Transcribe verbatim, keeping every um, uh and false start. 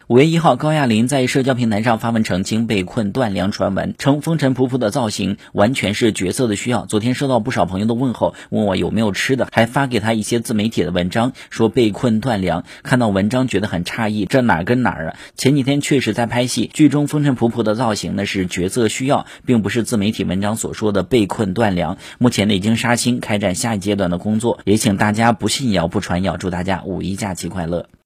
五月一号，高亚麟在社交平台上发文澄清被困断粮传闻，称风尘仆仆的造型完全是角色的需要。昨天收到不少朋友的问候，问我有没有吃的，还发给他一些自媒体的文章，说被困断粮。看到文章觉得很诧异，这哪跟哪儿啊？前几天确实在拍戏，剧中风尘仆仆的造型呢是角色需要，并不是自媒体文章所说的被困断粮。目前呢已经杀青，开展下一阶段的工作，也请大家不信谣不传谣，祝大家五一假期快乐。